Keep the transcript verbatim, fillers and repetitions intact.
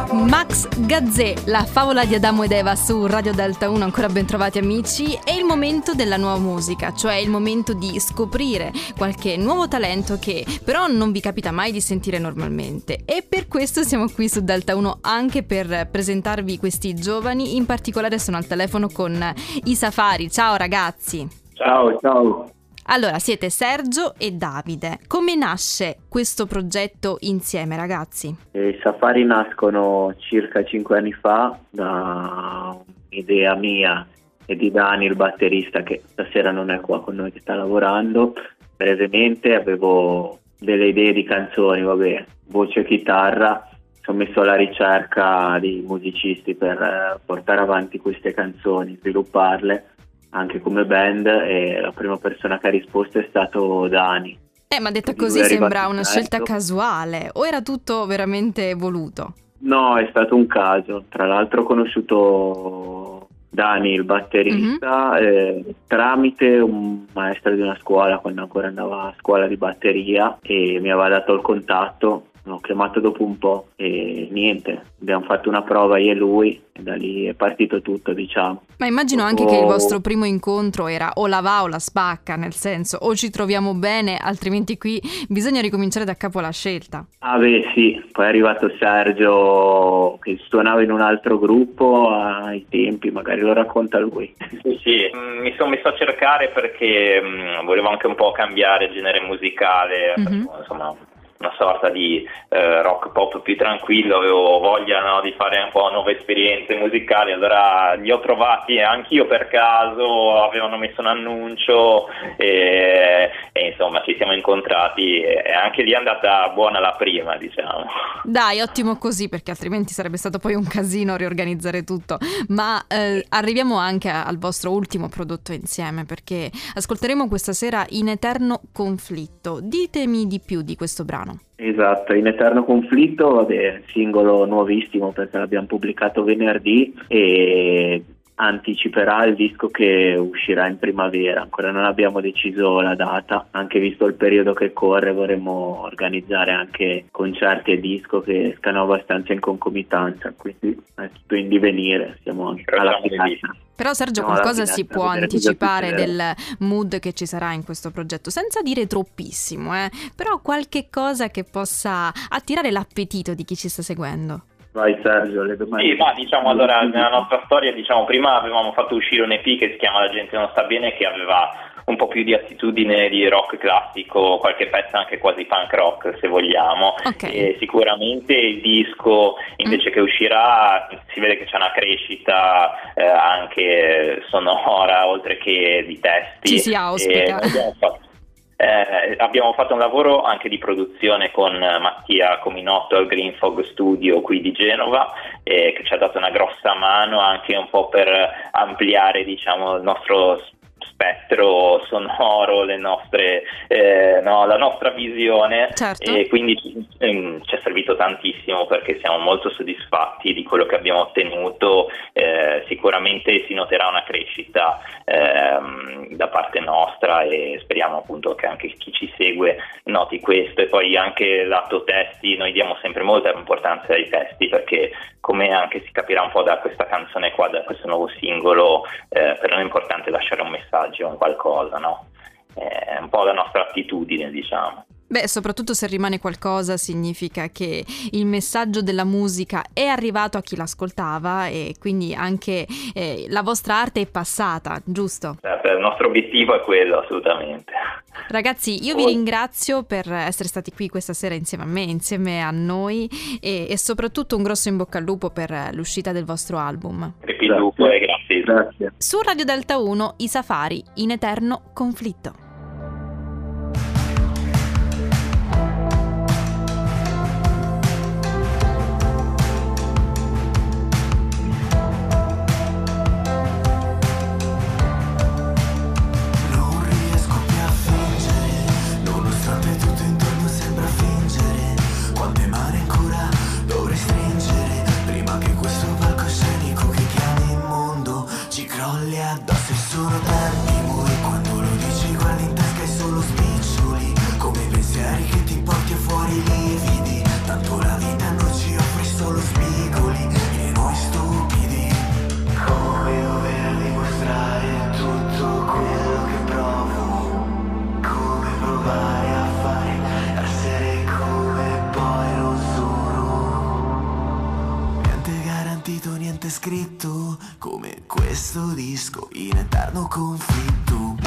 Max Gazzè, la favola di Adamo ed Eva su Radio Delta uno, ancora ben trovati amici. È il momento della nuova musica, cioè il momento di scoprire qualche nuovo talento che però non vi capita mai di sentire normalmente. E per questo siamo qui su Delta uno anche per presentarvi questi giovani. In particolare sono al telefono con i Safari. Ciao ragazzi. Ciao, ciao. Allora, siete Sergio e Davide. Come nasce questo progetto insieme, ragazzi? I Safari nascono circa cinque anni fa da un'idea mia e di Dani, il batterista, che stasera non è qua con noi, che sta lavorando. Brevemente avevo delle idee di canzoni, vabbè, voce e chitarra. Sono messo alla ricerca di musicisti per portare avanti queste canzoni, svilupparle anche come band, e la prima persona che ha risposto è stato Dani. Eh, ma detta così sembra una scelta casuale, o era tutto veramente voluto? No, è stato un caso. Tra l'altro ho conosciuto Dani, il batterista, mm-hmm. eh, tramite un maestro di una scuola, quando ancora andava a scuola di batteria, e mi aveva dato il contatto. L'ho chiamato dopo un po' e niente, abbiamo fatto una prova io e lui e da lì è partito tutto, diciamo. Ma immagino anche che il vostro primo incontro era o la va o la spacca, nel senso o ci troviamo bene, altrimenti qui bisogna ricominciare da capo la scelta. Ah beh sì, poi è arrivato Sergio che suonava in un altro gruppo ai tempi, magari lo racconta lui. Sì, sì. Mm, mi sono messo a cercare perché mm, volevo anche un po' cambiare genere musicale, mm-hmm. insomma una sorta di eh, rock pop più tranquillo, avevo voglia, no, di fare un po' nuove esperienze musicali, allora li ho trovati anch'io per caso, avevano messo un annuncio e, e insomma ci siamo incontrati e anche lì è andata buona la prima, diciamo. Dai, ottimo così, perché altrimenti sarebbe stato poi un casino riorganizzare tutto, ma eh, arriviamo anche al vostro ultimo prodotto insieme, perché ascolteremo questa sera In Eterno Conflitto. Ditemi di più di questo brano. Esatto, In Eterno Conflitto, vabbè, singolo nuovissimo perché l'abbiamo pubblicato venerdì e anticiperà il disco che uscirà in primavera. Ancora non abbiamo deciso la data, anche visto il periodo che corre vorremmo organizzare anche concerti e disco che escano abbastanza in concomitanza, quindi è tutto in divenire, siamo alla finestra. Però Sergio, no, qualcosa si può anticipare del mood che ci sarà in questo progetto, senza dire troppissimo, eh? Però qualche cosa che possa attirare l'appetito di chi ci sta seguendo. Vai Sergio, le domande. Sì, ma diciamo allora nella nostra storia, diciamo prima avevamo fatto uscire un E P che si chiama La gente non sta bene, che aveva un po' più di attitudine di rock classico, qualche pezza anche quasi punk rock se vogliamo. Okay. E sicuramente il disco invece mm. che uscirà si vede che c'è una crescita eh, anche sonora oltre che di testi. Ci si auspica. E Eh, abbiamo fatto un lavoro anche di produzione con Mattia Cominotto al Green Fog Studio qui di Genova, eh, che ci ha dato una grossa mano anche un po' per ampliare, diciamo, il nostro spettro sonoro, le nostre eh, no, la nostra visione. Certo. E quindi ehm, ci è servito tantissimo perché siamo molto soddisfatti di quello che abbiamo ottenuto. Eh, sicuramente si noterà una crescita ehm, da parte nostra e speriamo appunto che anche chi ci segue noti questo. E poi anche lato testi, noi diamo sempre molta importanza ai testi perché, come anche si capirà un po' da questa canzone qua, da questo nuovo singolo, eh, per noi è importante lasciare un messaggio, un qualcosa, no? È un po' la nostra attitudine, diciamo. Beh, soprattutto se rimane qualcosa significa che il messaggio della musica è arrivato a chi l'ascoltava e quindi anche eh, la vostra arte è passata, giusto? Certo, il nostro obiettivo è quello, assolutamente. Ragazzi, io vi ringrazio per essere stati qui questa sera insieme a me, insieme a noi e, e soprattutto un grosso in bocca al lupo per l'uscita del vostro album. Crepi il lupo e grazie. Grazie. Su Radio Delta uno, i Safari, In Eterno Conflitto. Addosso e sono tardi, muori quando lo dici, guardi scritto come questo disco in eterno conflitto.